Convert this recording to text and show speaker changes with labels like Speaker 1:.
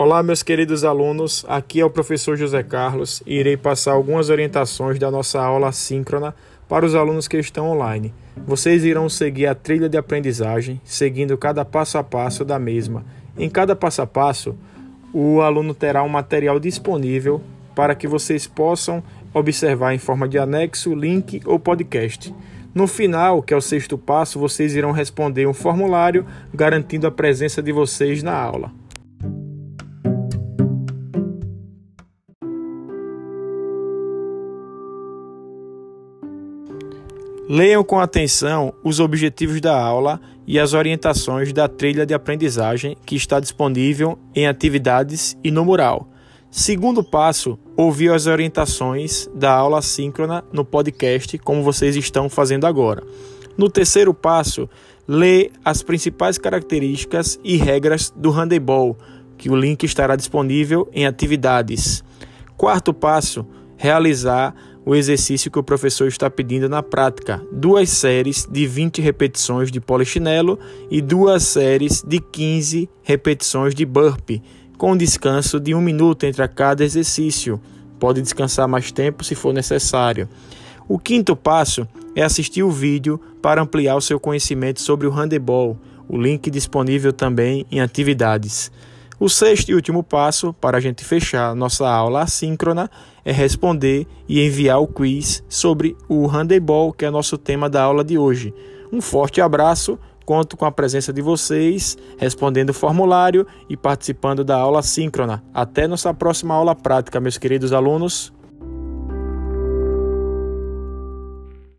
Speaker 1: Olá, meus queridos alunos, aqui é o professor José Carlos e irei passar algumas orientações da nossa aula assíncrona para os alunos que estão online. Vocês irão seguir a trilha de aprendizagem, seguindo cada passo a passo da mesma. Em cada passo a passo, o aluno terá um material disponível para que vocês possam observar em forma de anexo, link ou podcast. No final, que é o sexto passo, vocês irão responder um formulário garantindo a presença de vocês na aula. Leiam com atenção os objetivos da aula e as orientações da trilha de aprendizagem que está disponível em atividades e no mural. Segundo passo, ouvir as orientações da aula assíncrona no podcast, como vocês estão fazendo agora. No terceiro passo, lê as principais características e regras do handebol, que o link estará disponível em atividades. Quarto passo, realizar o exercício que o professor está pedindo na prática, 2 séries de 20 repetições de polichinelo e 2 séries de 15 repetições de burpee, com descanso de 1 minuto entre cada exercício. Pode descansar mais tempo se for necessário. O quinto passo é assistir o vídeo para ampliar o seu conhecimento sobre o handebol, o link disponível também em atividades. O sexto e último passo, para a gente fechar nossa aula assíncrona, é responder e enviar o quiz sobre o handebol, que é nosso tema da aula de hoje. Um forte abraço, conto com a presença de vocês, respondendo o formulário e participando da aula assíncrona. Até nossa próxima aula prática, meus queridos alunos.